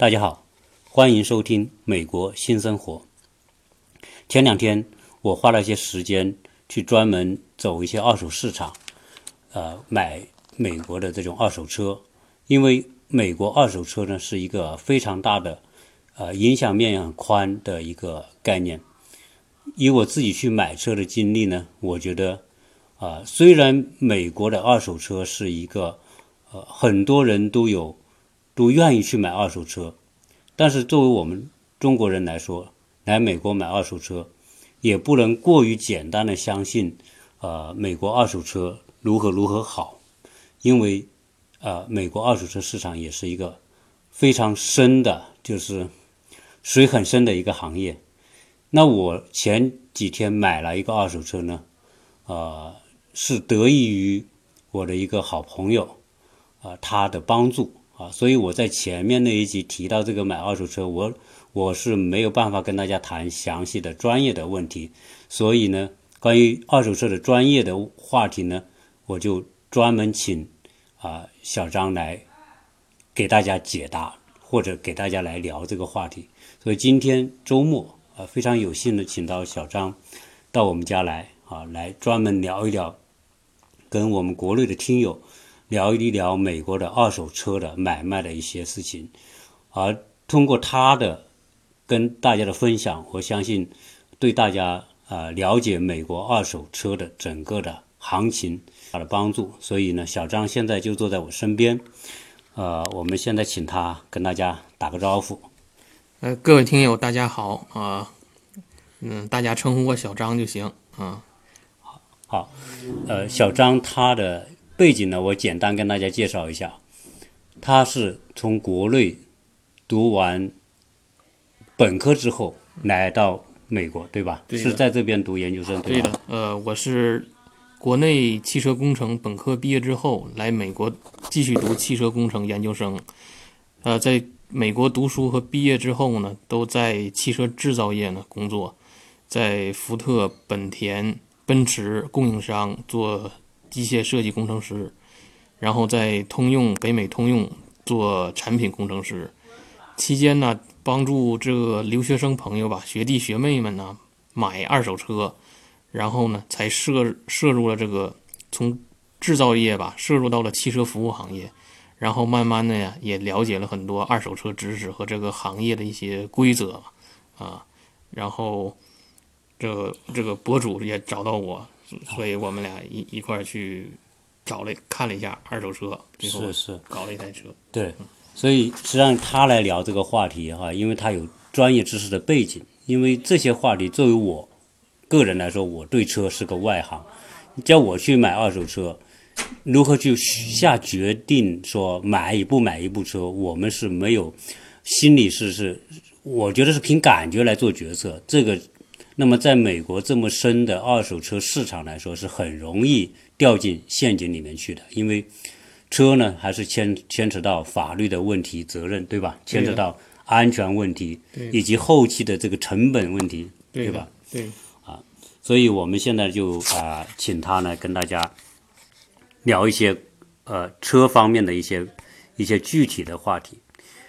大家好，欢迎收听美国新生活。前两天我花了一些时间去专门走一些二手市场，买美国的这种二手车，因为美国二手车呢是一个非常大的，影响面很宽的一个概念。以我自己去买车的经历呢，我觉得，虽然美国的二手车是一个，很多人都愿意去买二手车，但是作为我们中国人来说，来美国买二手车，也不能过于简单的相信，美国二手车如何好，因为，美国二手车市场也是一个非常深的，就是水很深的一个行业。那我前几天买了一个二手车呢，是得益于我的一个好朋友，他的帮助。所以我在前面那一集提到这个买二手车，我是没有办法跟大家谈详细的专业的问题，所以呢，关于二手车的专业的话题呢，我就专门请小张来给大家解答，或者给大家来聊这个话题。所以今天周末非常有幸的请到小张到我们家来来专门聊一聊，跟我们国内的听友聊一聊美国的二手车的买卖的一些事情，而通过他的跟大家的分享，我相信对大家了解美国二手车的整个的行情他的帮助。所以呢，小张现在就坐在我身边，我们现在请他跟大家打个招呼。 各位听友大家好大家称呼我小张就行好，小张他的背景呢，我简单跟大家介绍一下。他是从国内读完本科之后来到美国，对吧？ 对的， 是在这边读研究生，对吧？ 对的，我是国内汽车工程本科毕业之后来美国继续读汽车工程研究生。在美国读书和毕业之后呢，都在汽车制造业呢工作，在福特、本田、奔驰供应商做机械设计工程师，然后在北美通用做产品工程师。期间呢，帮助这个留学生朋友学弟学妹们呢买二手车，然后呢才涉入了这个从制造业涉入到了汽车服务行业，然后慢慢的也了解了很多二手车知识和这个行业的一些规则然后这个博主也找到我，所以我们俩一块儿去看了一下二手车，最后搞了一台车。 对，所以实际上他来聊这个话题因为他有专业知识的背景，因为这些话题作为我个人来说，我对车是个外行，叫我去买二手车，如何去下决定说买不买一部车，我们是没有心理是我觉得是凭感觉来做决策。这个那么在美国这么深的二手车市场来说，是很容易掉进陷阱里面去的，因为车呢还是牵扯到法律的问题责任，对吧？牵扯到安全问题，以及后期的这个成本问题，对吧？ 对所以我们现在就请他呢跟大家聊一些车方面的一些具体的话题。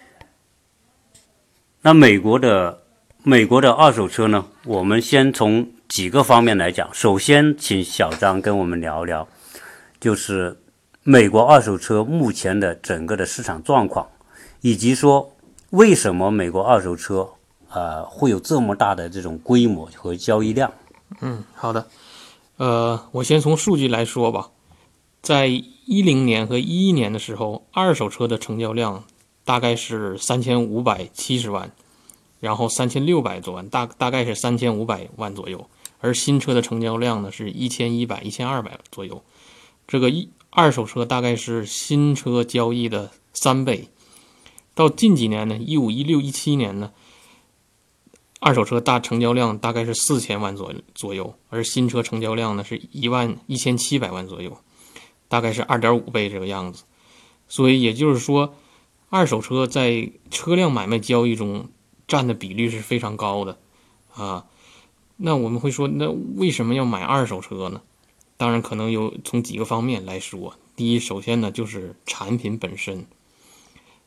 那美国的二手车呢，我们先从几个方面来讲。首先请小张跟我们聊聊，就是美国二手车目前的整个的市场状况，以及说为什么美国二手车会有这么大的这种规模和交易量。 好的，我先从数据来说吧。在10年和11年的时候，二手车的成交量大概是3570万，然后3600多万，大概是3500万左右。而新车的成交量呢是1100、1200左右。这个二手车大概是新车交易的3倍。到近几年呢，15、16、17年呢，二手车成交量大概是4000万左右，而新车成交量呢是11700万左右，大概是2.5倍这个样子。所以也就是说，二手车在车辆买卖交易中占的比率是非常高的那我们会说，那为什么要买二手车呢？当然可能有从几个方面来说。第一，首先呢就是产品本身，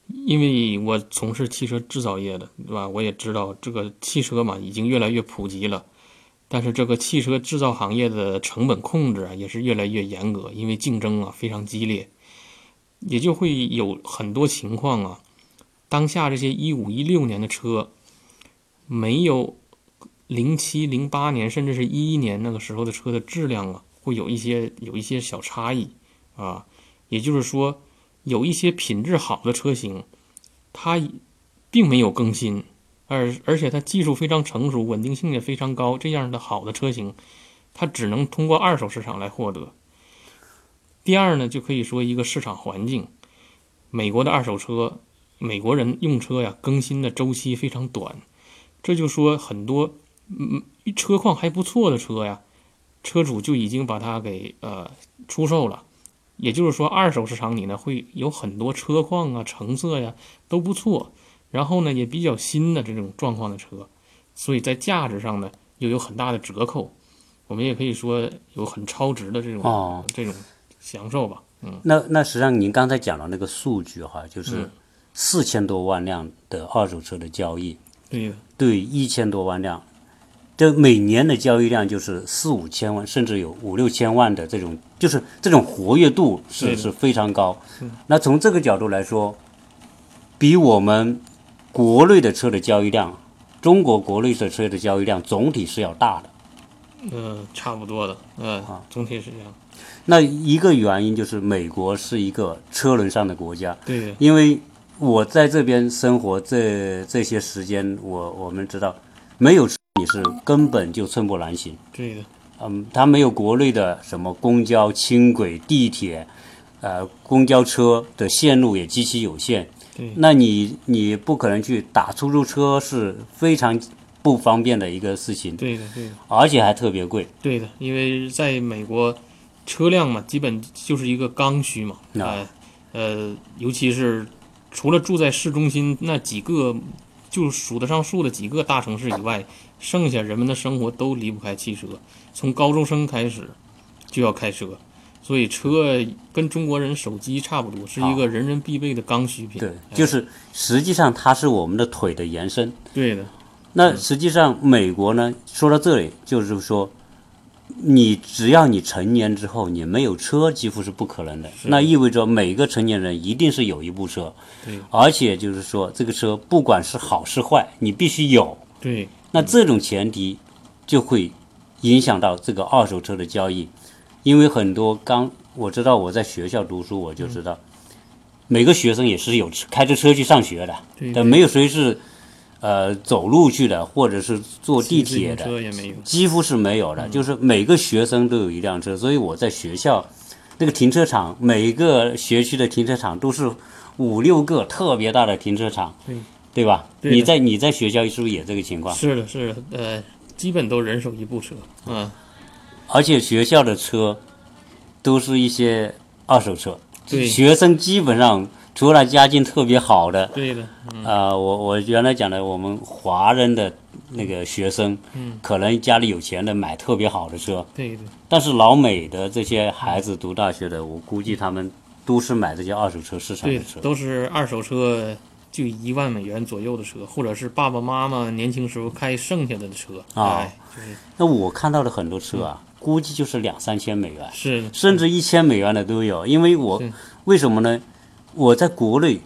因为我从事汽车制造业的，对吧？我也知道这个汽车嘛，已经越来越普及了，但是这个汽车制造行业的成本控制啊，也是越来越严格，因为竞争啊非常激烈，也就会有很多情况啊。当下这些15、16年的车，没有07、08年甚至是11年那个时候的车的质量啊，会有一些小差异啊。也就是说，有一些品质好的车型，它并没有更新，而且它技术非常成熟，稳定性也非常高，这样的好的车型，它只能通过二手市场来获得。第二呢，就可以说一个市场环境，美国的二手车，美国人用车呀，更新的周期非常短，这就说很多车况还不错的车呀，车主就已经把它给出售了。也就是说，二手市场里呢会有很多车况啊、成色呀都不错，然后呢也比较新的这种状况的车，所以在价值上呢又有很大的折扣。我们也可以说有很超值的这种享受吧。 那实际上您刚才讲的那个数据哈，就是4000多万辆的二手车的交易， 对的， 对1000多万辆，这每年的交易量就是4、5千万，甚至有5、6千万的这种，就是这种活跃度是非常高。那从这个角度来说，比我们国内的车的交易量，中国国内的车的交易量总体是要大的。 差不多的，总体是这样。 那一个原因就是美国是一个车轮上的国家， 对的， 因为我在这边生活这些时间，我们知道，没有车你是根本就寸步难行。 对的， 它没有国内的什么公交、轻轨、地铁，公交车的线路也极其有限。 对， 那你不可能去打出租车，是非常不方便的一个事情。 对的，对的， 而且还特别贵。 对的，因为在美国，车辆嘛，基本就是一个刚需嘛，尤其是除了住在市中心那几个就数得上数的几个大城市以外，剩下人们的生活都离不开汽车，从高中生开始就要开车，所以车跟中国人手机差不多，是一个人人必备的刚需品。 对，就是实际上它是我们的腿的延伸。 对的。 那实际上美国呢，说到这里就是说，只要你成年之后，你没有车几乎是不可能的。那意味着每个成年人一定是有一部车， 对， 而且就是说这个车不管是好是坏，你必须有。 对， 那这种前提就会影响到这个二手车的交易，因为很多我知道我在学校读书，我就知道，每个学生也是有开着车去上学的，但没有谁是走路去的，或者是坐地铁的，几乎是没有的。就是每个学生都有一辆车，所以我在学校那个停车场，每个学区的停车场都是5、6个特别大的停车场，对吧？你在学校是不是也这个情况？ 是的，是的，基本都人手一部车， 而且学校的车都是一些二手车， 对， 学生基本上除了家境特别好的， 对的， 我原来讲的，我们华人的那个学生，可能家里有钱的买特别好的车， 对的， 但是老美的这些孩子读大学的，我估计他们都是买这些二手车市场的车， 都是二手车，就1万美元左右的车，或者是爸爸妈妈年轻时候开剩下的车那我看到的很多车估计就是2、3千美元， 是， 甚至1000美元的都有。因为为什么呢？我在国内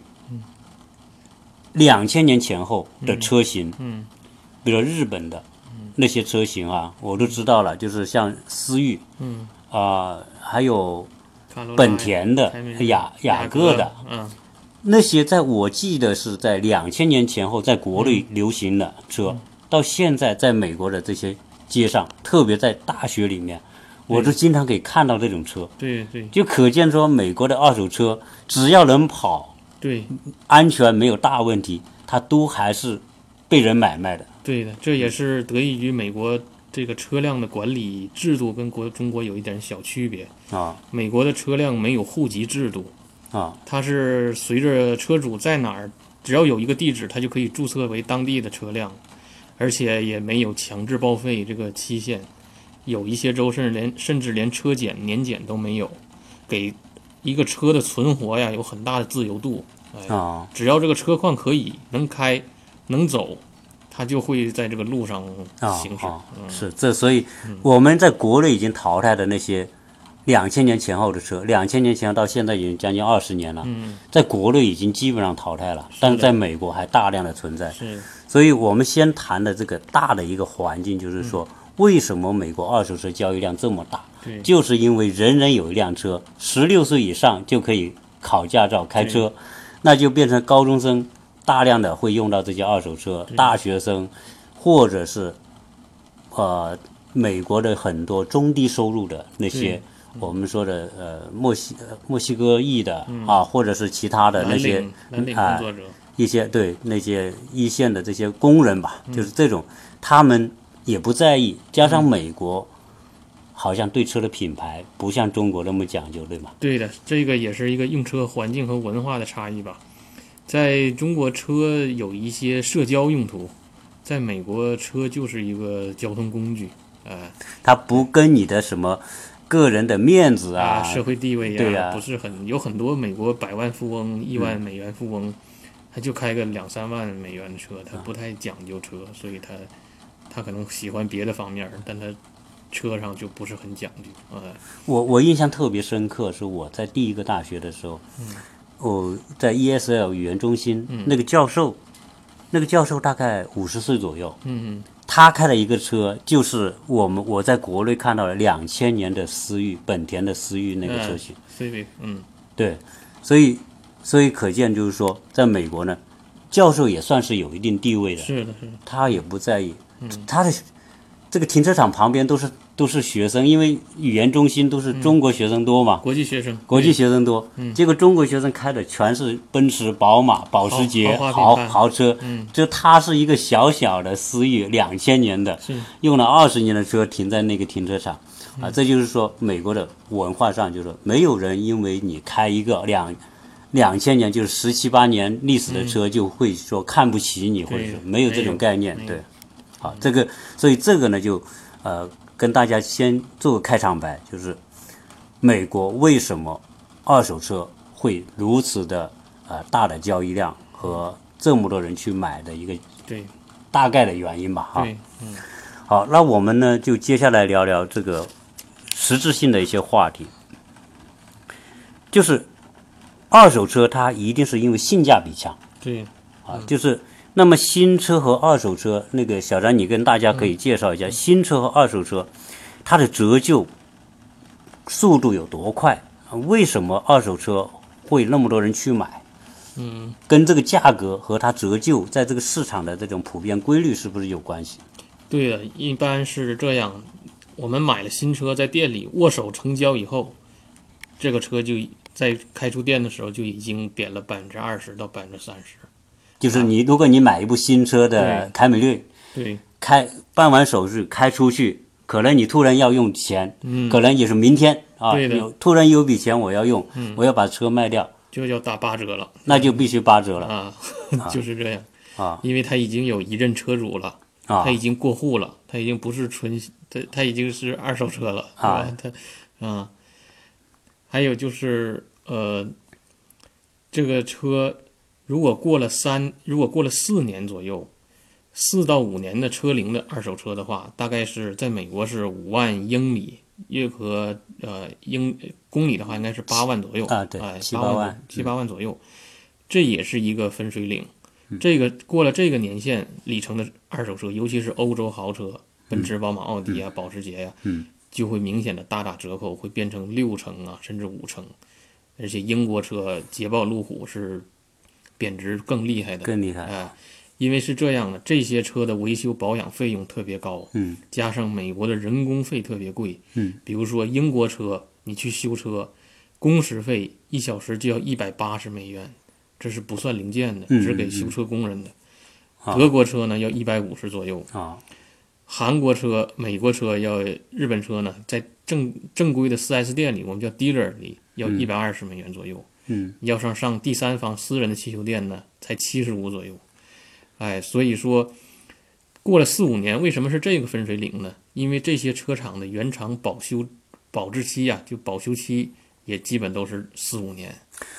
，2000年前后的车型，比如日本的那些车型我都知道了，就是像思域，还有本田的、雅阁的，那些在我记得是在2000年前后在国内流行的车，到现在在美国的这些街上，特别在大学里面，我都经常可以看到这种车。 对对， 就可见说美国的二手车只要能跑， 对， 安全没有大问题，它都还是被人买卖的。 对的，这也是得益于美国这个车辆的管理制度跟中国有一点小区别美国的车辆没有户籍制度它是随着车主在哪儿，只要有一个地址，它就可以注册为当地的车辆，而且也没有强制报废这个期限。有一些州甚至连年检都没有，给一个车的存活有很大的自由度。 只要这个车况可以能开能走，它就会在这个路上行驶。 是这，所以我们在国内已经淘汰的那些2000年前后的车，2000年前后到现在已经将近20年了，在国内已经基本上淘汰了，但在美国还大量的存在。所以我们先谈的这个大的一个环境，就是说，为什么美国二手车交易量这么大？就是因为人人有一辆车，16岁以上就可以考驾照开车，那就变成高中生大量的会用到这些二手车，大学生或者是美国的很多中低收入的那些我们说的墨西哥裔的或者是其他的那些蓝领工作者， 一些对那些一线的这些工人吧，就是这种他们也不在意，加上美国好像对车的品牌不像中国那么讲究，对吗？ 对的，这个也是一个用车环境和文化的差异吧。在中国车有一些社交用途，在美国车就是一个交通工具， 它不跟你的什么个人的面子社会地位对不是有很多美国百万富翁、亿万美元富翁，他就开个2-3万美元的车，他不太讲究车，所以他可能喜欢别的方面，但他车上就不是很讲究。 我印象特别深刻，是我在第一个大学的时候，我在 ESL 语言中心，那个教授大概50岁左右，他开了一个车，就是我在国内看到了2000年的思域，本田的思域那个车型 ，Civic， 对，所以可见就是说，在美国呢，教授也算是有一定地位的， 是的， 他也不在意，他的这个停车场旁边都是学生，因为语言中心都是中国学生多嘛， 国际学生多，结果中国学生开的全是奔驰、宝马、保时捷豪车，就他是一个小小的思域，2000年的，用了20年的车停在那个停车场，这就是说美国的文化上就是说，没有人因为你开一个2000年就是17、18年历史的车就会说看不起你，或者是没有这种概念，对。好，所以这个呢，就跟大家先做个开场白，就是美国为什么二手车会如此的大的交易量和这么多人去买的一个大概的原因吧，哈。好，那我们呢就接下来聊聊这个实质性的一些话题，就是二手车它一定是因为性价比强，就是。那么新车和二手车，那个小张，你跟大家可以介绍一下新车和二手车，它的折旧速度有多快？为什么二手车会那么多人去买？跟这个价格和它折旧在这个市场的这种普遍规律是不是有关系？ 对的，一般是这样。我们买了新车，在店里握手成交以后，这个车就在开出店的时候就已经贬了20%到30%。 就是如果你买一部新车的凯美瑞，办完手续开出去，可能你突然要用钱，可能也是明天突然有笔钱我要用，我要把车卖掉， 就要打8折了， 那就必须8折了就是这样因为他已经有一任车主了，他已经过户了，他已经不是他已经是二手车了还有就是这个车。如果过了4年左右，4到5年的车龄的二手车的话，大概是在美国是5万英里，约合公里的话应该是8万左右对，7、8 万左右，这也是一个分水岭。这个过了这个年限里程的二手车，尤其是欧洲豪车，奔驰、宝马、奥迪保时捷就会明显的大打折扣，会变成6成甚至5成，而且英国车捷豹、路虎是贬值更厉害的，因为是这样的，这些车的维修保养费用特别高，加上美国的人工费特别贵，比如说英国车，你去修车，工时费1小时就要180美元，这是不算零件的，只给修车工人的。德国车呢要150左右，韩国车、美国车日本车呢，在正规的4S 店里，我们叫 dealer 里要120美元左右。要上第三方私人的汽修店呢，才75左右。所以说过了4、5年，为什么是这个分水岭呢？因为这些车厂的原厂保质期就保修期也基本都是4、5年。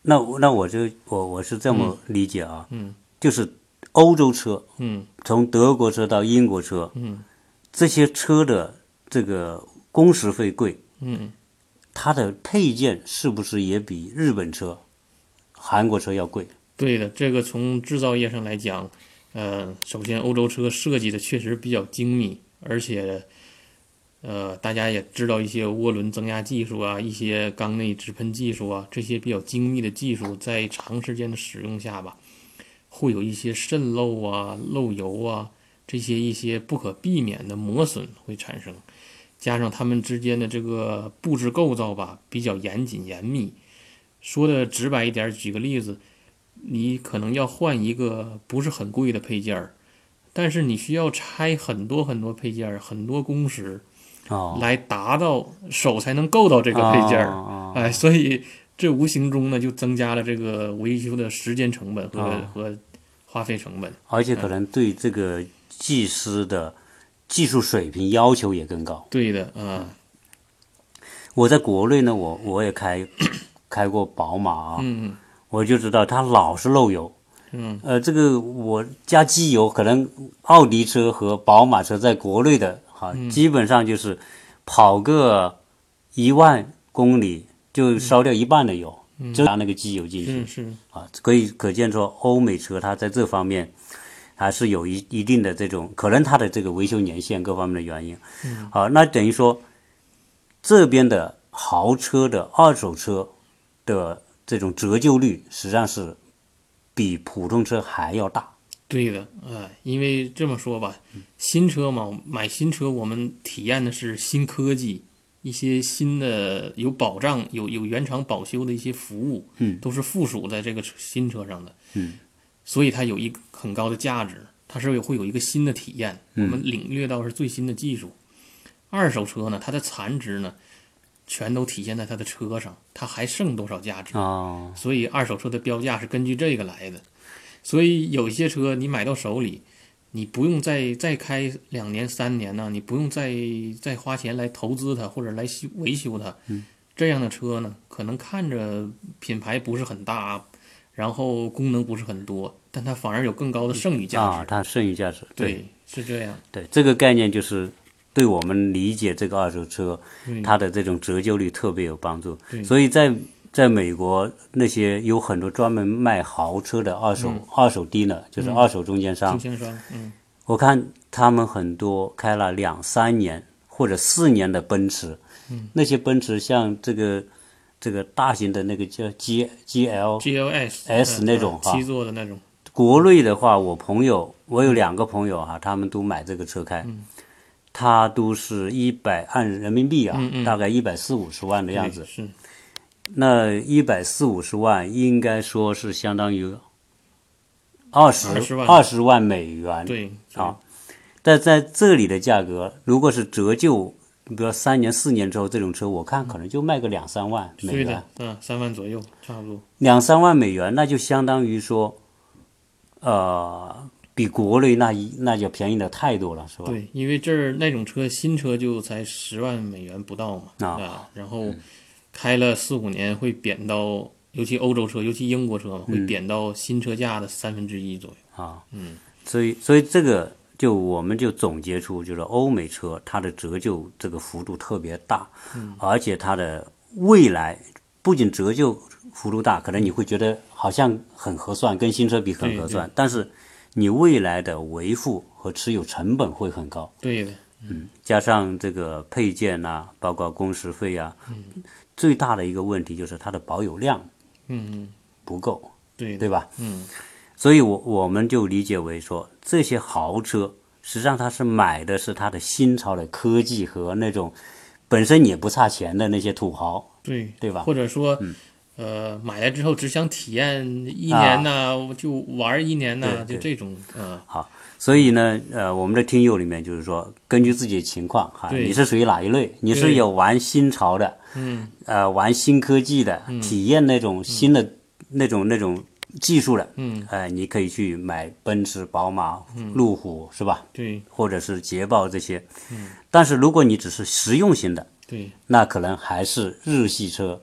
那我是这么理解啊，就是欧洲车，从德国车到英国车，这些车的这个工时费贵，它的配件是不是也比日本车、韩国车要贵？ 对的，这个从制造业上来讲，首先欧洲车设计的确实比较精密，而且，大家也知道一些涡轮增压技术啊，一些缸内直喷技术啊，这些比较精密的技术，在长时间的使用下吧，会有一些渗漏啊、漏油啊，这些一些不可避免的磨损会产生，加上它们之间的这个布置构造吧，比较严谨严密。说的直白一点，举个例子。你可能要换一个不是很贵的配件儿，但是你需要拆很多很多配件儿，很多工时，来达到手才能够到这个配件儿，所以这无形中呢就增加了这个维修的时间成本和花费成本， 而且可能对这个技师的技术水平要求也更高。 对的我在国内呢，我也开过宝马啊。我就知道它老是漏油，这个我加机油，可能奥迪车和宝马车在国内的基本上就是跑个10000公里就烧掉一半的油，就拿那个机油进去，可见说欧美车它在这方面还是有一定的这种，可能它的这个维修年限各方面的原因。那等于说这边的豪车的二手车的这种折旧率实际上是比普通车还要大。 对的，因为这么说吧，新车嘛，买新车我们体验的是新科技，一些新的有保障、有原厂保修的一些服务，都是附属在这个新车上的，所以它有一个很高的价值，它是会有一个新的体验，我们领略到是最新的技术。二手车呢，它的残值呢，全都体现在它的车上，它还剩多少价值所以二手车的标价是根据这个来的。所以有一些车你买到手里，你不用再开2年3年呢，你不用再花钱来投资它或者来维修它。这样的车呢，可能看着品牌不是很大，然后功能不是很多，但它反而有更高的剩余价值。 它剩余价值， 对，是这样。 对，这个概念就是对我们理解这个二手车它的这种折旧率特别有帮助。所以在美国那些有很多专门卖豪车的二手dealer，就是二手中间商，我看他们很多开了2、3年或者4年的奔驰，那些奔驰像这个大型的那个叫 GLS 那种 7座的那种。 国内的话，我有2个朋友他们都买这个车开，他都是按人民币大概140-150万的样子。 是。 那140-150万应该说是相当于20万美元。 对但在这里的价格，如果是折旧，比如说3年4年之后，这种车我看可能就卖个2-3万美元。 对的，3万左右，差不多。 2-3万美元，那就相当于说，比国内那就便宜的太多了，是吧？ 对，因为这儿那种车新车就才10万美元不到嘛，然后开了4-5年会贬到，尤其欧洲车，尤其英国车嘛，会贬到新车价的1/3左右。 所以这个我们就总结出，就是欧美车它的折旧这个幅度特别大，而且它的未来不仅折旧幅度大，可能你会觉得好像很合算，跟新车比很合算，但是你未来的维护和持有成本会很高。 对的， 加上这个配件包括工时费最大的一个问题就是它的保有量不够，对吧？所以我们就理解为说，这些豪车实际上它是买的是它的新潮的科技和那种本身也不差钱的那些土豪，对吧？ 或者说买来之后只想体验1年就玩1年就这种好，所以呢我们的听友里面就是说，根据自己的情况你是属于哪一类？你是有玩新潮的玩新科技的体验那种新的那种技术的你可以去买奔驰、宝马、路虎，是吧？ 对， 或者是捷豹这些但是如果你只是实用型的， 对， 那可能还是日系车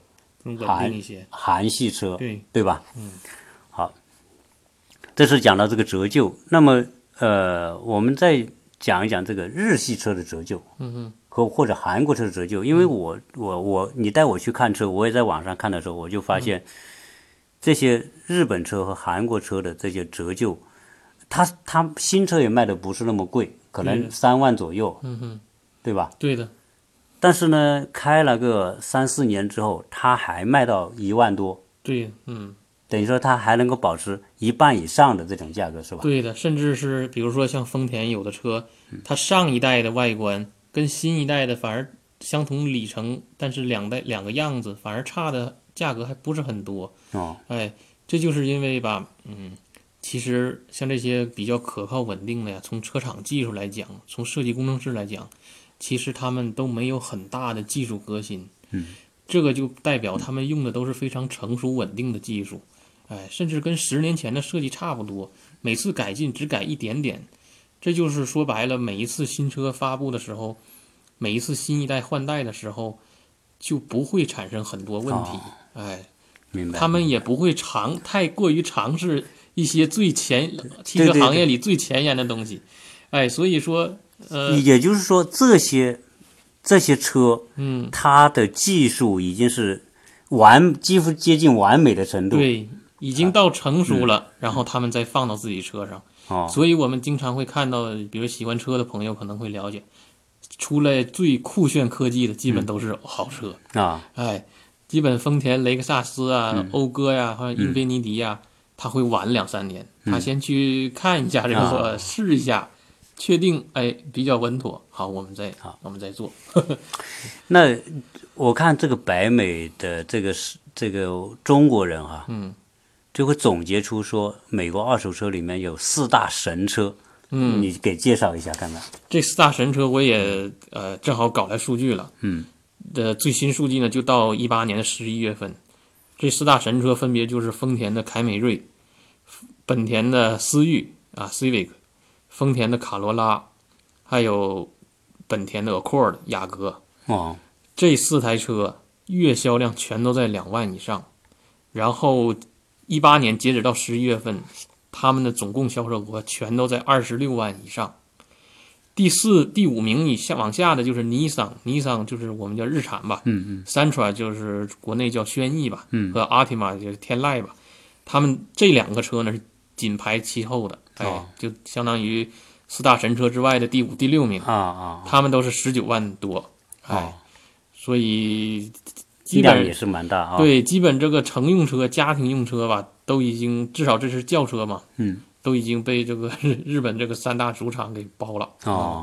更稳定一些。 韩系车， 对， 对吧？好，这是讲到这个折旧。那么我们再讲一讲这个日系车的折旧，或者韩国车的折旧。因为你带我去看车，我也在网上看的时候，我就发现这些日本车和韩国车的这些折旧，它新车也卖的不是那么贵，可能3万左右，对吧？ 对的。 但是呢，开了个3、4年之后，它还卖到1万多。 对， 等于说它还能够保持1半以上的这种价格，是吧？ 对的，甚至是比如说像丰田有的车，它上一代的外观跟新一代的反而相同里程，但是两个样子反而差的价格还不是很多。哎，这就是因为吧，其实像这些比较可靠稳定的呀，从车厂技术来讲，从设计工程师来讲，其实他们都没有很大的技术革新。这个就代表他们用的都是非常成熟稳定的技术。甚至跟10年前的设计差不多，每次改进只改一点点。这就是说白了，每一次新车发布的时候，每一次新一代换代的时候，就不会产生很多问题。 明白。 他们也不会太过于尝试一些汽车行业里最前沿的东西。所以说， 也就是说这些车，它的技术已经是几乎接近完美的程度。 对。已经到成熟了，然后他们再放到自己车上。所以我们经常会看到，比如喜欢车的朋友可能会了解，出来最酷炫科技的基本都是好车。基本丰田、雷克萨斯啊、讴歌呀，或者英菲尼迪呀，他会晚2、3年，他先去看一下这个，试一下，确定比较稳妥，好，我们再做。 那我看这个北美的这个中国人就会总结出说，美国二手车里面有4大神车。你给介绍一下看看。 这4大神车我也正好搞来数据了。最新数据呢，就到18年的11月份，这4大神车分别就是丰田的凯美瑞、本田的思域Civic、丰田的卡罗拉，还有本田的 Accord 雅阁。这4台车月销量全都在2万以上，然后18年截止到11月份，他们的总共销售额全都在26万以上。第5名往下的就是尼桑就是我们叫日产吧，Sentra 就是国内叫轩逸吧，和 Altima 就是天籁吧。他们这2个车呢是紧排其后的，就相当于4大神车之外的第5、第6名他们都是19万多，所以基本也是蛮大对，基本这个乘用车、家庭用车吧，都已经至少这是轿车嘛，都已经被这个日本这个3大主厂给包了。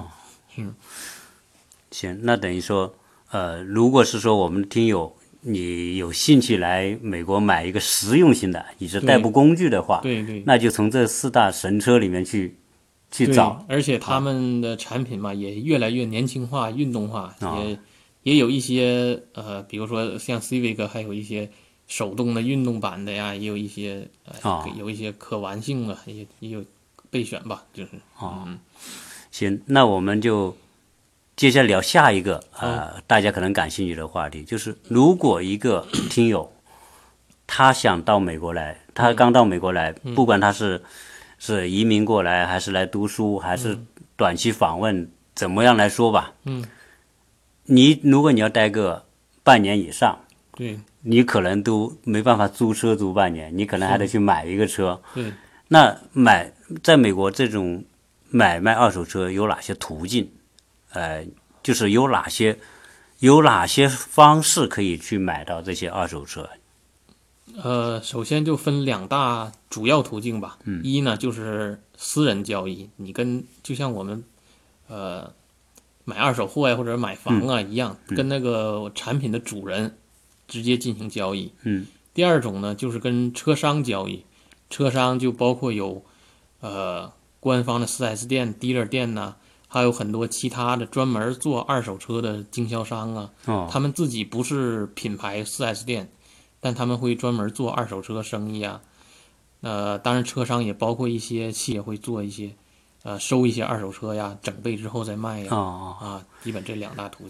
行，那等于说，如果是说我们听友你有兴趣来美国买一个实用型的，也是代步工具的话， 对， 那就从这4大神车里面去找。 而且他们的产品嘛，也越来越年轻化、运动化，也有一些比如说像 Civic 还有一些手动的运动版的呀，也有一些有一些可玩性的，也有备选吧，就是行，那我们就接下来聊下一个大家可能感兴趣的话题，就是如果一个听友他想到美国来，他刚到美国来，不管他是移民过来，还是来读书，还是短期访问，怎么样来说吧，如果你要待个半年以上， 对， 你可能都没办法租车租半年，你可能还得去买一个车。 对， 那在美国这种买卖二手车有哪些途径？就是有哪些方式可以去买到这些二手车？ 首先就分2大主要途径吧。一呢就是私人交易，就像我们买二手货呀或者买房啊一样，跟那个产品的主人直接进行交易。第2种呢就是跟车商交易，车商就包括有官方的4S 店、dealer 店呐，还有很多其他的专门做二手车的经销商啊。他们自己不是品牌 4S 店，但他们会专门做二手车生意啊。当然车商也包括一些企业会做一些收一些二手车呀，整备之后再卖呀。基本这2大途径。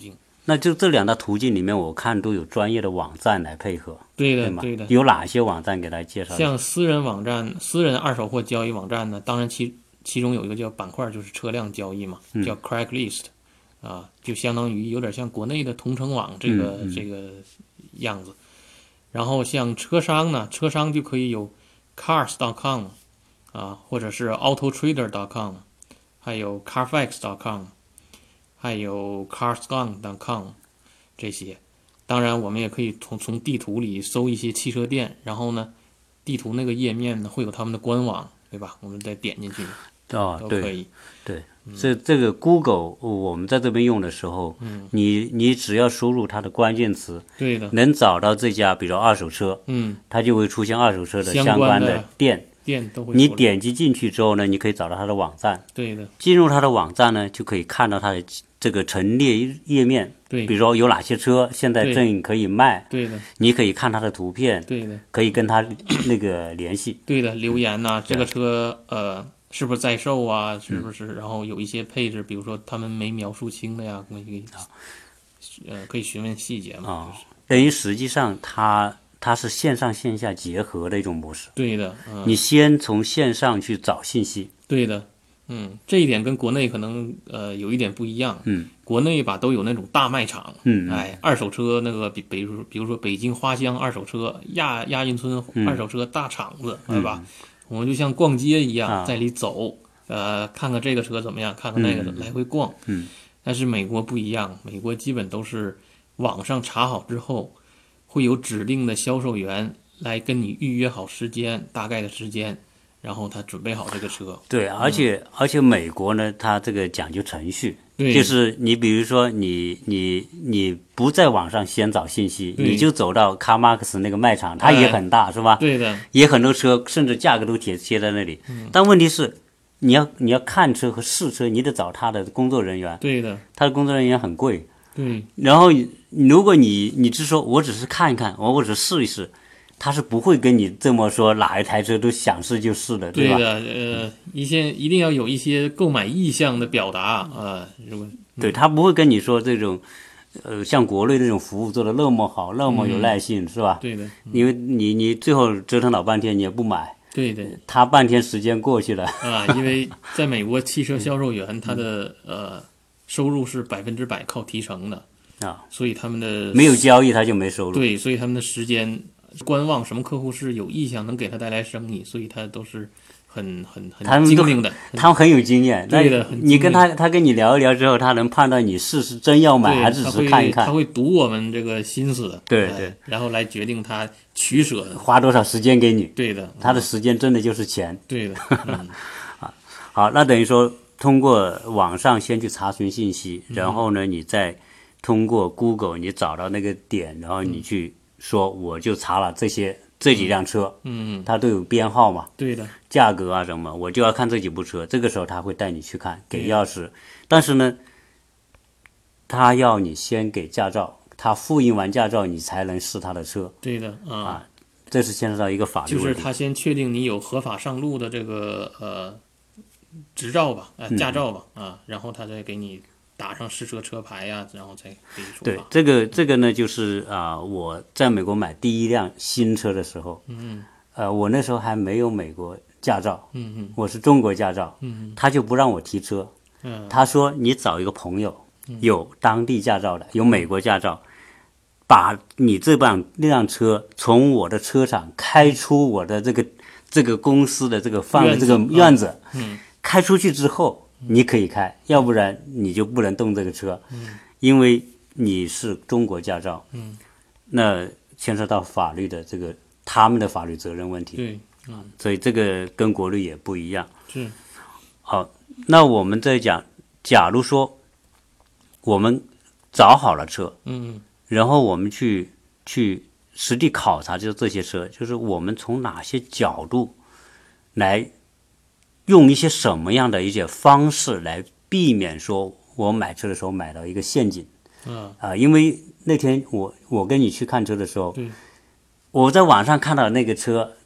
那就这两大途径里面，我看都有专业的网站来配合， 对的， 对吗？ 对的。 有哪些网站给大家介绍一下？ 像私人网站、私人二手货交易网站呢，当然其中有一个叫板块，就是车辆交易嘛，叫 Craigslist，就相当于有点像国内的同城网这个样子。然后像车商呢，车商就可以有 Cars.com 或者是 AutoTrader.com， 还有 Carfax.com， 还有 Carsgone.com 这些。当然，我们也可以从地图里搜一些汽车店，然后呢，地图那个页面呢会有他们的官网，对吧？我们再点进去，都可以。 对，这个 Google 我们在这边用的时候，你只要输入它的关键词， 对的， 能找到这家，比如二手车，它就会出现二手车的相关的店都会。 你点击进去之后呢，你可以找到它的网站， 对的。 进入它的网站呢，就可以看到它的这个陈列页面， 对， 比如说有哪些车现在正可以卖， 对的， 你可以看它的图片， 对的， 可以跟它那个联系， 对的，留言呐，这个车是不是在售啊？是不是？然后有一些配置，比如说他们没描述清的呀，可以询问细节嘛。 等于实际上它是线上线下结合的一种模式。 对的， 你先从线上去找信息。 对的，这一点跟国内可能有一点不一样。国内吧都有那种大卖场，二手车那个比如说北京花乡二手车、亚运村二手车大场子，对吧？我们就像逛街一样，在里走，看看这个车怎么样，看看那个，来回逛。但是美国不一样，美国基本都是网上查好之后，会有指定的销售员来跟你预约好时间，大概的时间，然后他准备好这个车。 对，而且美国呢，它这个讲究程序， 对， 就是你比如说你不在网上先找信息，你就走到 CarMax 那个卖场，它也很大，是吧？ 对的， 也很多车，甚至价格都贴在那里。但问题是，你要看车和试车，你得找他的工作人员。 对的， 他的工作人员很贵。 对。 然后如果你是说我只是看一看，我只是试一试，他是不会跟你这么说，哪一台车都想试就试的，吧？ 对的，一定要有一些购买意向的表达如果对，他不会跟你说这种。像国内这种服务做的那么好，那么有耐性，是吧？ 对的， 因为你最后折腾老半天，你也不买。 对的， 他半天时间过去了因为在美国，汽车销售员他的收入是100%靠提成的所以他们的没有交易他就没收入。 对，所以他们的时间观望什么客户是有意向能给他带来生意，所以他都是很精明的， 他们很有经验。 对的， 你跟他跟你聊一聊之后，他能判断你是真要买还是只是看一看。 他会读我们这个心思， 对， 然后来决定他取舍， 花多少时间给你。 对的， 他的时间真的就是钱。 对的， 好，那等于说通过网上先去查询信息，然后呢，你再通过 Google 你找到那个点，然后你去说我就查了这几辆车，它都有编号嘛， 对的， 价格啊什么，我就要看这几部车。这个时候他会带你去看，给钥匙，但是呢，他要你先给驾照，他复印完驾照你才能试他的车。 对的这是牵扯到一个法律问题， 就是他先确定你有合法上路的这个执照吧，驾照吧，然后他再给你打上试车车牌呀，然后再给你出对发。 这个呢，就是我在美国买第一辆新车的时候，我那时候还没有美国驾照，我是中国驾照，他就不让我提车，他说你找一个朋友，有当地驾照的，有美国驾照，把你那辆车从我的车厂开出我的这个公司的这个范围这个院子，开出去之后。你可以开，要不然你就不能动这个车，因为你是中国驾照，那牵涉到法律的他们的法律责任问题， 对， 所以这个跟国内也不一样。 是， 好，那我们再讲，假如说我们找好了车，然后我们去实地考察，就是这些车，就是我们从哪些角度来。用一些什么样的一些方式来避免说我买车的时候买到一个陷阱因为那天我跟你去看车的时候，我在网上看到那个车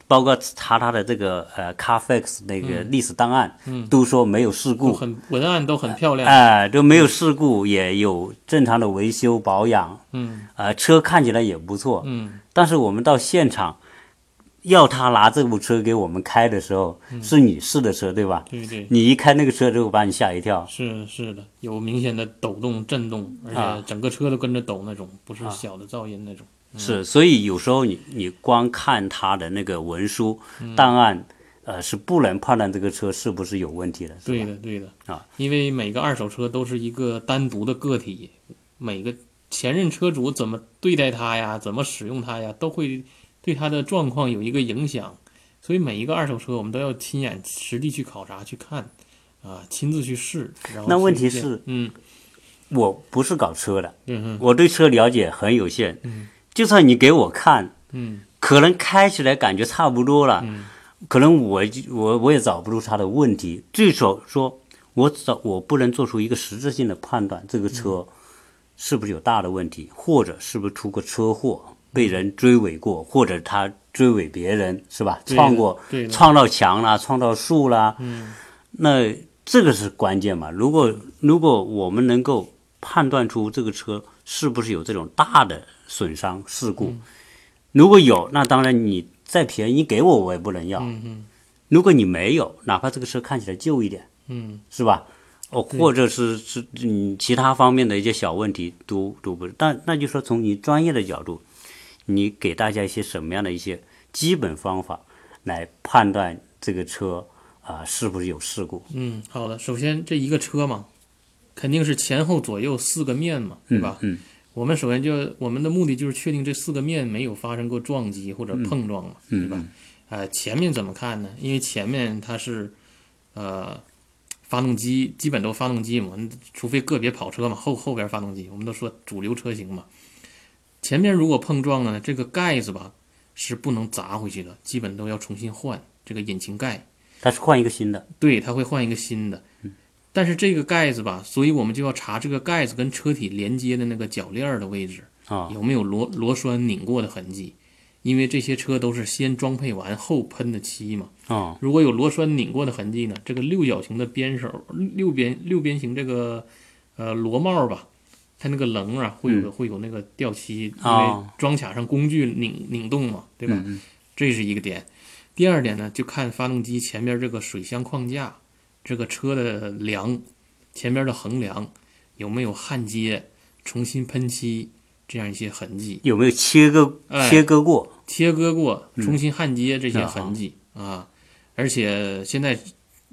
包括查他的这个Carfax 那个历史档案，都说没有事故， 文案都很漂亮， 都没有事故，也有正常的维修保养，车看起来也不错，但是我们到现场要他拿这部车给我们开的时候，是女士的车，对吧？ 对对， 你一开那个车就把你吓一跳。 是的，有明显的抖动、震动，而且整个车都跟着抖那种，不是小的噪音那种。 是，所以有时候你光看它的那个文书档案，是不能判断这个车是不是有问题的。 对的，对的啊，因为每个二手车都是一个单独的个体，每个前任车主怎么对待它呀，怎么使用它呀，都会对它的状况有一个影响。所以每一个二手车我们都要亲眼实地去考察去看，亲自去试。然后那问题是，我不是搞车的，我对车了解很有限。就算你给我看，可能开起来感觉差不多了，可能我也找不出它的问题。最少说，我不能做出一个实质性的判断，这个车是不是有大的问题，或者是不是出过车祸，被人追尾过，或者他追尾别人，是吧？撞到墙啦，撞到树啦，那这个是关键嘛？如果我们能够判断出这个车是不是有这种大的损伤事故，如果有，那当然你再便宜给我也不能要。如果你没有，哪怕这个车看起来旧一点，是吧？或者是其他方面的一些小问题都不是。但那就说从你专业的角度，你给大家一些什么样的一些基本方法来判断这个车是不是有事故？ 好的。首先这一个车嘛，肯定是前后左右4个面嘛，对吧？我们首先我们的目的就是确定这4个面没有发生过撞击或者碰撞嘛，对吧？前面怎么看呢？因为前面它是发动机，基本都发动机嘛，除非个别跑车嘛，后边发动机，我们都说主流车型嘛。前面如果碰撞了，这个盖子吧是不能砸回去的，基本都要重新换这个引擎盖。 它是换一个新的？ 对，它会换一个新的。但是这个盖子吧，所以我们就要查这个盖子跟车体连接的那个铰链的位置有没有螺栓拧过的痕迹，因为这些车都是先装配完后喷的漆嘛。如果有螺栓拧过的痕迹呢，这个六角形的边手六边形这个螺帽吧，它那个棱会有那个掉漆，因为装卡上工具拧动嘛，对吧？这是一个点。第二点呢，就看发动机前面这个水箱框架，这个车的梁前边的横梁有没有焊接、重新喷漆这样一些痕迹， 有没有切割过、 重新焊接这些痕迹而且现在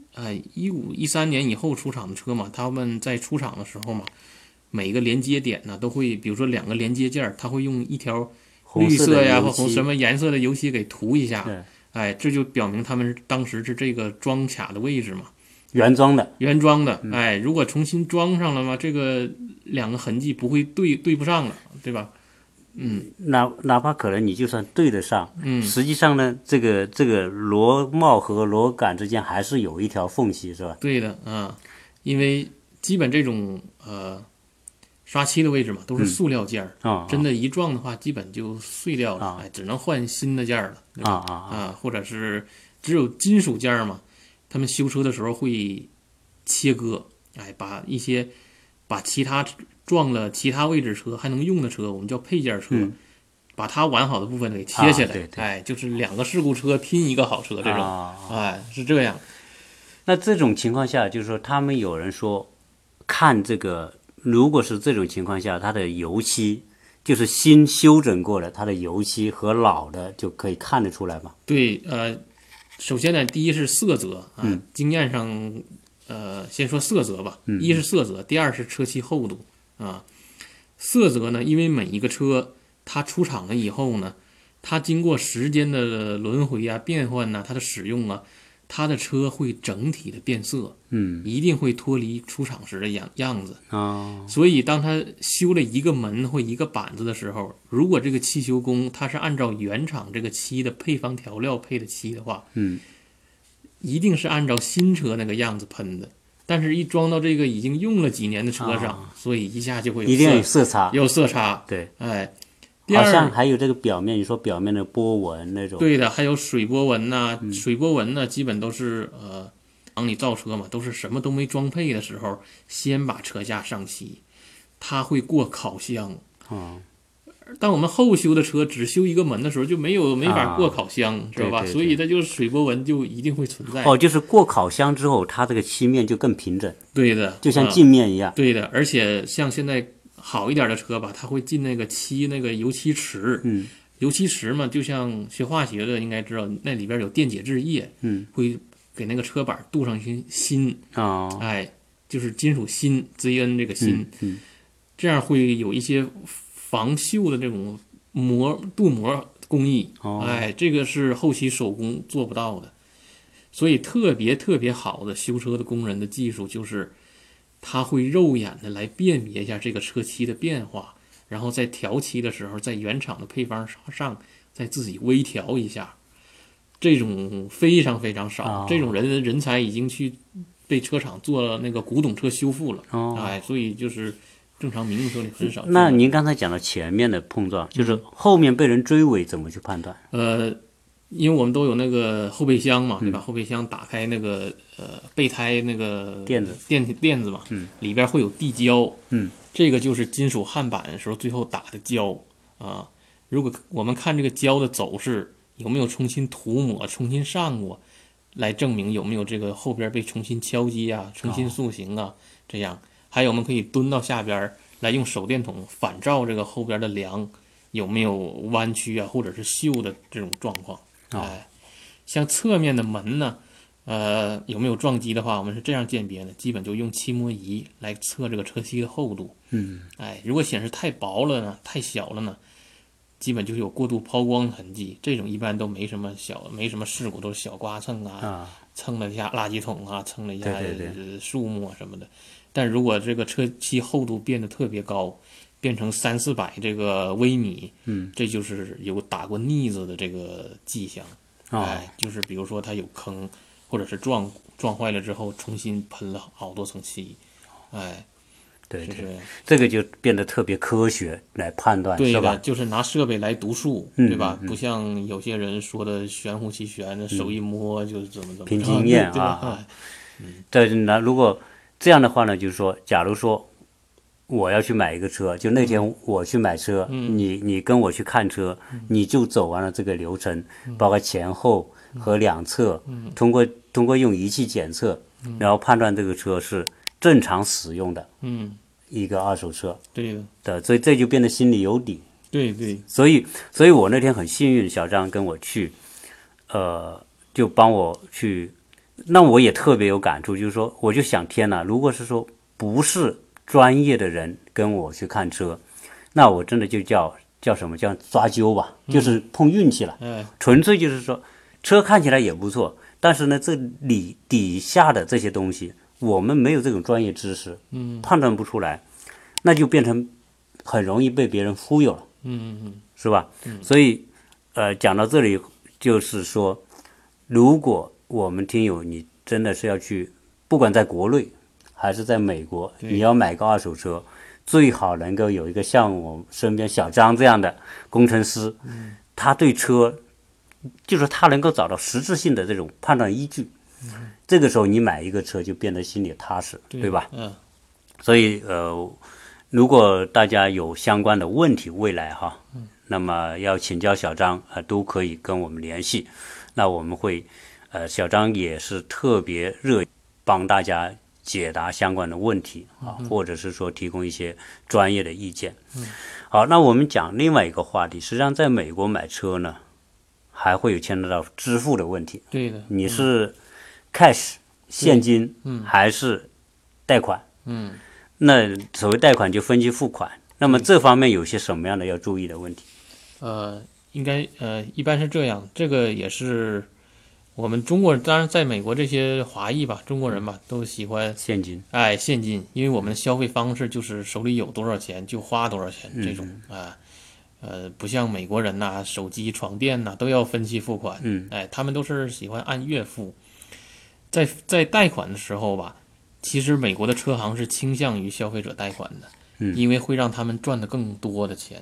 15、13年以后出厂的车嘛，他们在出厂的时候嘛，每个连接点呢都会，比如说2个连接件，他会用一条绿色呀或什么颜色的油漆给涂一下，这就表明他们当时是这个装卡的位置嘛，原装的，如果重新装上了嘛，这个2个痕迹不会对不上了，对吧？ 哪怕可能你就算对得上，实际上呢，这个螺帽和螺杆之间还是有一条缝隙，是吧？ 对的因为基本这种刷漆的位置嘛，都是塑料件真的一撞的话，基本就碎掉了，只能换新的件了，对吧？或者是只有金属件嘛，他们修车的时候会切割，把其他撞了其他位置车还能用的车，我们叫配件车，把它完好的部分给切下来，就是2个事故车拼一个好车，这种是这样。 那这种情况下，就是说他们有人说看这个，如果是这种情况下，它的油漆就是新修整过的，它的油漆和老的就可以看得出来吗？ 对，首先呢，第一是色泽经验上先说色泽吧，一是色泽，第二是车漆厚度色泽呢，因为每一个车它出厂了以后呢，它经过时间的轮回变换它的使用它的车会整体的变色，一定会脱离出厂时的样子所以当他修了一个门或一个板子的时候，如果这个汽修工他是按照原厂这个漆的配方调料配的漆的话，一定是按照新车那个样子喷的，但是一装到这个已经用了几年的车上，所以一下就会一定有色差， 对， 好像还有这个表面，你说表面的波纹那种。 对的，还有水波纹呐、水波纹呢，基本都是你造车嘛，都是什么都没装配的时候，先把车架上漆，它会过烤箱。当我们后修的车只修一个门的时候，就没法过烤箱，知道吧？ 对， 所以它就是水波纹就一定会存在。 就是过烤箱之后，它这个漆面就更平整。 对的， 就像镜面一样。 对的，而且像现在好一点的车吧，它会进那个那个油漆池。油漆池嘛，就像学化学的应该知道，那里边有电解质液。会给那个车板镀上一些锌。就是金属锌 ，Zn 这个锌。这样会有一些防锈的这种镀膜工艺。这个是后期手工做不到的。所以特别好的修车的工人的技术就是他会肉眼的来辨别一下这个车漆的变化，然后在调漆的时候在原厂的配方上再自己微调一下。这种非常非常少。这种人才已经去被车厂做那个古董车修复了。所以就是正常民用车里很少。 那您刚才讲到前面的碰撞，就是后面被人追尾怎么去判断？ 因为我们都有那个后备箱嘛，对吧？后备箱打开那个备胎那个垫子嘛，里边会有地胶。这个就是金属焊板的时候最后打的胶啊。如果我们看这个胶的走势有没有重新涂抹、重新上过，来证明有没有这个后边被重新敲击啊、重新塑形啊，这样。还有我们可以蹲到下边来用手电筒反照这个后边的梁有没有弯曲啊，或者是锈的这种状况。像侧面的门呢，有没有撞击的话，我们是这样鉴别的，基本就用漆膜仪来测这个车漆的厚度。如果显示太薄了呢，太小了呢，基本就是有过度抛光的痕迹，这种一般都没什么事故，都是小刮蹭蹭了一下垃圾桶啊，蹭了一下树木啊什么的。但如果这个车漆厚度变得特别高，变成300-400这个微米，这就是有打过腻子的这个迹象。就是比如说它有坑，或者是撞坏了之后重新喷了好多层漆。 对，这个就变得特别科学来判断， 对是吧？ 就是拿设备来读数，对吧？不像有些人说的玄乎其玄，手一摸就怎么凭经验啊。如果这样的话呢，就是说，假如说我要去买一个车，就那天我去买车，你跟我去看车，你就走完了这个流程，包括前后和两侧，通过用仪器检测，然后判断这个车是正常使用的，一个二手车， 对的，所以这就变得心里有底。 对， 所以我那天很幸运，小张跟我去，就帮我去，那我也特别有感触，就是说，我就想，天哪，如果是说不是专业的人跟我去看车，那我真的就叫什么叫抓阄吧，就是碰运气了，纯粹就是说车看起来也不错，但是呢，这底下的这些东西我们没有这种专业知识，判断不出来，那就变成很容易被别人忽悠了，是吧？所以讲到这里，就是说，如果我们听友你真的是要去，不管在国内还是在美国，你要买个二手车，最好能够有一个像我身边小张这样的工程师，他对车就是他能够找到实质性的这种判断依据，这个时候你买一个车就变得心里踏实，对吧？所以如果大家有相关的问题，未来那么要请教小张都可以跟我们联系。那我们会小张也是特别热帮大家解答相关的问题或者是说提供一些专业的意见。好，那我们讲另外一个话题，实际上在美国买车呢，还会有牵扯到支付的问题。 对的， 你是 cash 现金还是贷款？那所谓贷款就分期付款，那么这方面有些什么样的要注意的问题？ 应该一般是这样，这个也是我们中国人，当然在美国这些华裔吧，中国人吧，都喜欢现金。 现金，因为我们的消费方式就是手里有多少钱就花多少钱这种不像美国人呐，手机、床垫呐都要分期付款，他们都是喜欢按月付。在贷款的时候吧，其实美国的车行是倾向于消费者贷款的，因为会让他们赚得更多的钱。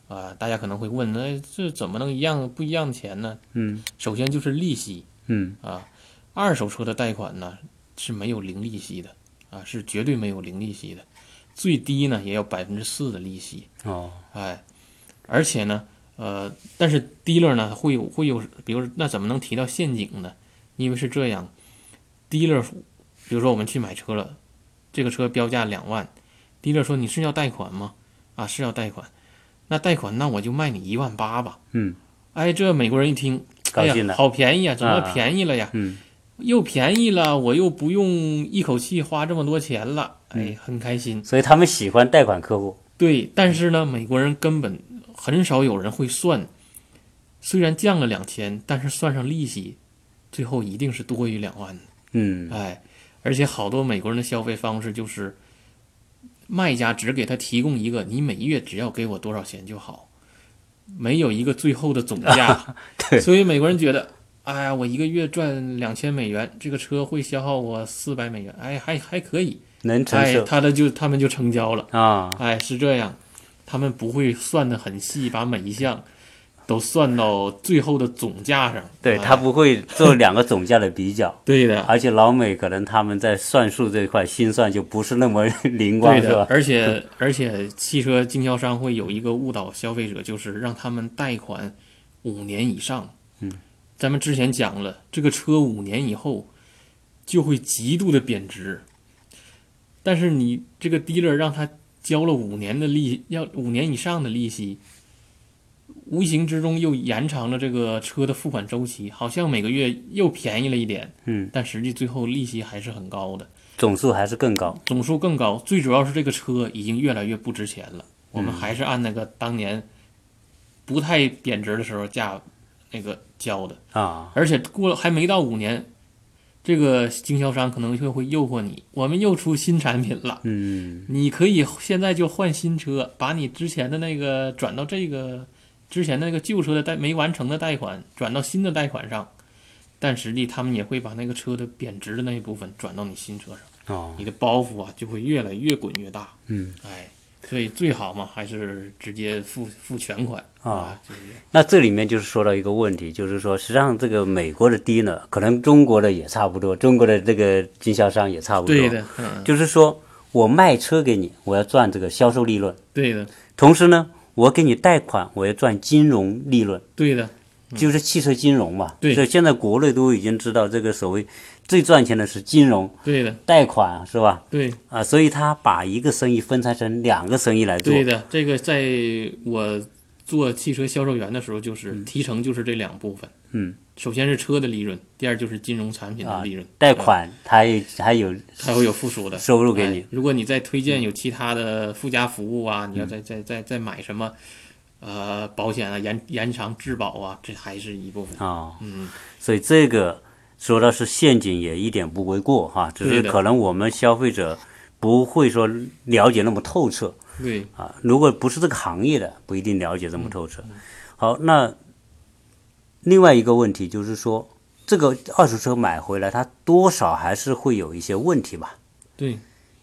大家可能会问，那这怎么能不一样的钱呢？首先就是利息，二手车的贷款呢是没有零利息的，是绝对没有零利息的，最低呢也要4%的利息。而且呢，但是 dealer 呢会有，比如说那怎么能提到陷阱呢？因为是这样，dealer，比如说我们去买车了，这个车标价2万，dealer 说你是要贷款吗？是要贷款，那贷款那我就卖你1.8万吧。这美国人一听，哎呀，好便宜啊，怎么便宜了呀？又便宜了，我又不用一口气花这么多钱了，很开心。 所以他们喜欢贷款客户。 对，但是呢，美国人根本很少有人会算，虽然降了2000，但是算上利息，最后一定是多于2万的。而且好多美国人的消费方式就是卖家只给他提供一个你每月只要给我多少钱就好，没有一个最后的总价。 对， 所以美国人觉得，哎呀，我一个月赚$2000，这个车会消耗我$400，还可以， 能承受。 他们就成交了是这样，他们不会算得很细，把每一项都算到最后的总价上。 对，他不会做2个总价的比较。 对的， 而且老美可能他们在算数这一块心算就不是那么灵光， 对的， 是吧？ 而且汽车经销商会有一个误导消费者，就是让他们贷款5年以上。咱们之前讲了，这个车5年以后就会极度的贬值，但是你这个 dealer 让他交了5年的要5年以上的利息，无形之中又延长了这个车的付款周期，好像每个月又便宜了一点，但实际最后利息还是很高的， 总数还是更高。 最主要是这个车已经越来越不值钱了。我们还是按那个当年不太贬值的时候价那个交的而且还没到5年，这个经销商可能就会诱惑你，我们又出新产品了，你可以现在就换新车，把你之前的那个转到这个之前那个旧车的没完成的贷款转到新的贷款上，但实际他们也会把那个车的贬值的那一部分转到你新车上，你的包袱就会越来越滚越大。所以最好嘛，还是直接付全款那这里面就是说到一个问题，就是说实际上这个美国的dealer可能中国的也差不多，中国的这个经销商也差不多。 对的， 就是说我卖车给你，我要赚这个销售利润。 对的。 同时呢，我给你贷款，我要赚金融利润。 对的。 就是汽车金融嘛。 对。 所以现在国内都已经知道这个所谓最赚钱的是金融。 对的。 贷款是吧？ 对。 所以他把一个生意分拆成2个生意来做。 对的，这个在我做汽车销售员的时候，就是提成就是这2部分。首先是车的利润，第二就是金融产品的利润。 贷款它还会有附属的收入给你。 如果你再推荐有其他的附加服务你要再买什么保险延长质保这还是一部分所以这个说到是陷阱也一点不为过只是可能我们消费者不会说了解那么透彻。 对如果不是这个行业的，不一定了解这么透彻。好，那另外一个问题就是说，这个二手车买回来，它多少还是会有一些问题吧？ 对。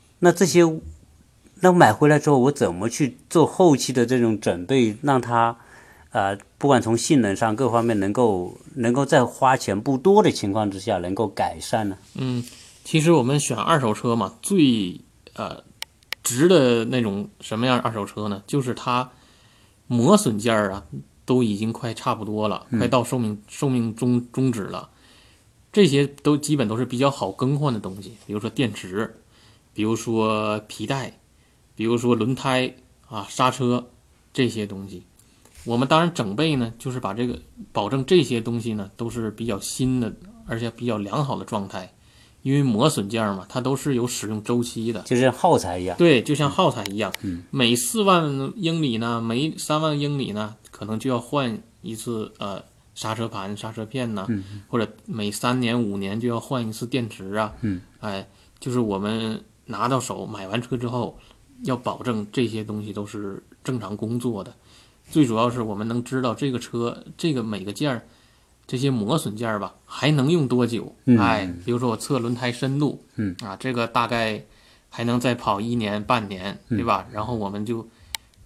那买回来之后，我怎么去做后期的这种准备，让它不管从性能上各方面能够在花钱不多的情况之下能够改善呢？ 其实我们选二手车嘛，最值的那种什么样二手车呢？就是它磨损件都已经快差不多了，快到寿命终止了。这些都基本都是比较好更换的东西，比如说电池，比如说皮带，比如说轮胎刹车这些东西。我们当然整备呢，就是把这个保证这些东西呢都是比较新的，而且比较良好的状态。因为磨损件嘛，它都是有使用周期的， 就像耗材一样。 对，就像耗材一样。每4万英里呢，每3万英里呢，可能就要换一次刹车盘、刹车片呢，或者每3年、5年就要换一次电池就是我们拿到手买完车之后，要保证这些东西都是正常工作的。最主要是我们能知道这个车这个每个件这些磨损件还能用多久？比如说我测轮胎深度，这个大概还能再跑1年半年，对吧？然后我们就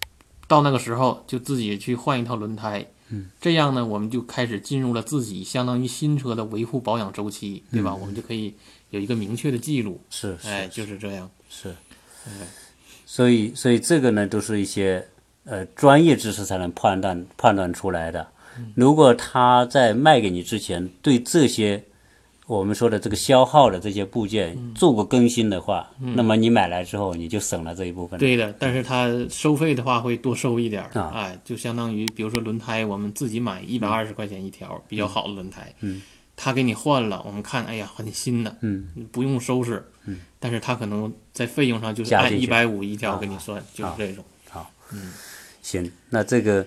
到那个时候就自己去换一套轮胎。这样呢，我们就开始进入了自己相当于新车的维护保养周期，对吧？我们就可以有一个明确的记录。就是这样。 是。所以这个呢，都是一些专业知识才能判断出来的。如果他在卖给你之前，对这些我们说的这个消耗的这些部件做过更新的话，那么你买来之后你就省了这一部分。 对的，但是他收费的话会多收一点就相当于比如说轮胎，我们自己买120块钱一条，比较好的轮胎，他给你换了，我们看，哎呀，很新的，不用收拾，但是他可能在费用上就是按150一条给你算，就是这种。 好，行，那这个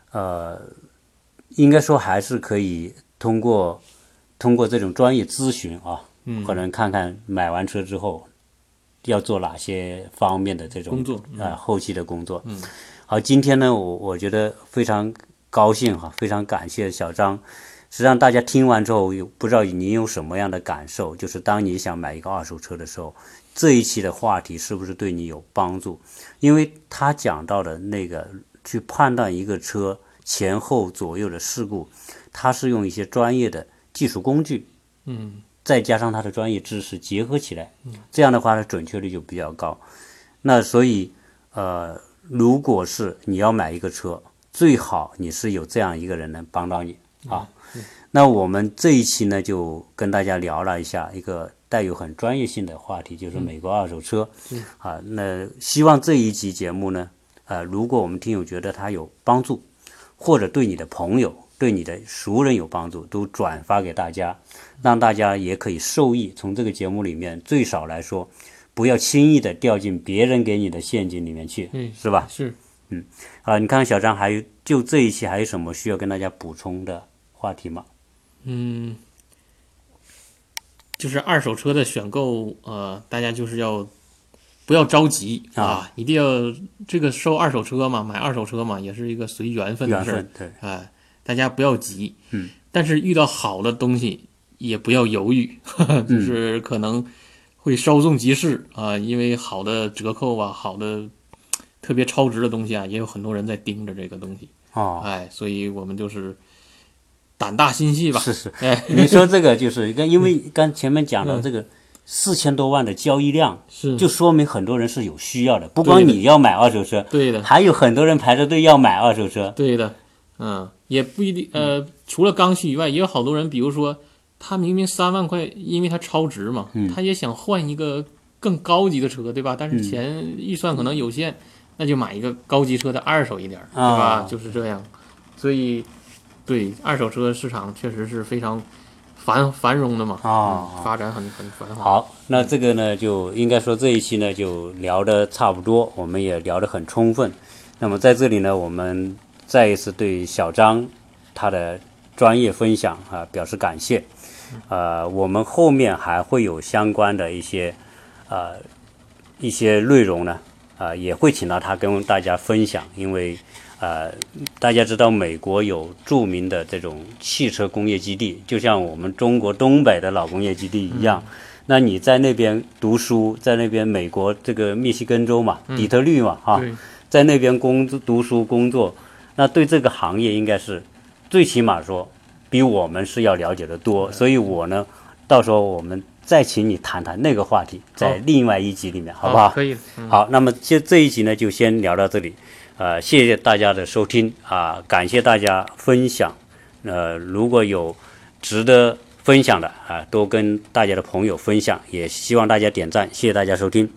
应该说还是可以通过这种专业咨询啊，可能看看买完车之后要做哪些方面的这种工作后期的工作。好，今天呢，我觉得非常高兴哈，非常感谢小张。实际上大家听完之后，不知道你有什么样的感受？就是当你想买一个二手车的时候，这一期的话题是不是对你有帮助？因为他讲到的那个去判断一个车前后左右的事故，他是用一些专业的技术工具，再加上他的专业知识结合起来，这样的话呢，准确率就比较高。那所以如果是你要买一个车，最好你是有这样一个人能帮到你啊。那我们这一期呢，就跟大家聊了一下一个带有很专业性的话题，就是美国二手车。那希望这一期节目呢，如果我们听友觉得它有帮助，或者对你的朋友、对你的熟人有帮助，都转发给大家，让大家也可以受益。从这个节目里面，最少来说，不要轻易的掉进别人给你的陷阱里面去，是吧？ 是。 你看小张就这一期还有什么需要跟大家补充的话题吗？ 就是二手车的选购，大家就是不要着急一定要这个收二手车嘛，买二手车嘛，也是一个随缘分的事儿。 对， 大家不要急。但是遇到好的东西也不要犹豫，就是可能会稍纵即逝因为好的折扣好的特别超值的东西也有很多人在盯着这个东西所以我们就是胆大心细吧。 是，你说这个就是因为刚前面讲到这个4000多万的交易量，就说明很多人是有需要的，不光你要买二手车， 对的， 还有很多人排着队要买二手车， 对的，也不一定，除了刚需以外，也有好多人，比如说他明明3万块，因为他超值嘛，他也想换一个更高级的车，对吧？但是预算可能有限，那就买一个高级车的二手一点，对吧？就是这样，所以。对，二手车市场确实是非常繁荣的嘛，发展很繁华。 好，那这个呢，就应该说这一期呢就聊得差不多，我们也聊得很充分。那么在这里呢，我们再一次对小张他的专业分享表示感谢。我们后面还会有相关的一些内容呢，也会请到他跟大家分享，因为。大家知道美国有著名的这种汽车工业基地，就像我们中国东北的老工业基地一样。那你在那边读书，在那边美国这个密西根州嘛，底特律嘛，在那边读书工作，那对这个行业应该是最起码说比我们是要了解的多。所以我呢，到时候我们再请你谈谈那个话题，在另外一集里面，好不好？ 可以。 好，那么这一集呢，就先聊到这里。谢谢大家的收听感谢大家分享。如果有值得分享的多跟大家的朋友分享，也希望大家点赞。谢谢大家收听。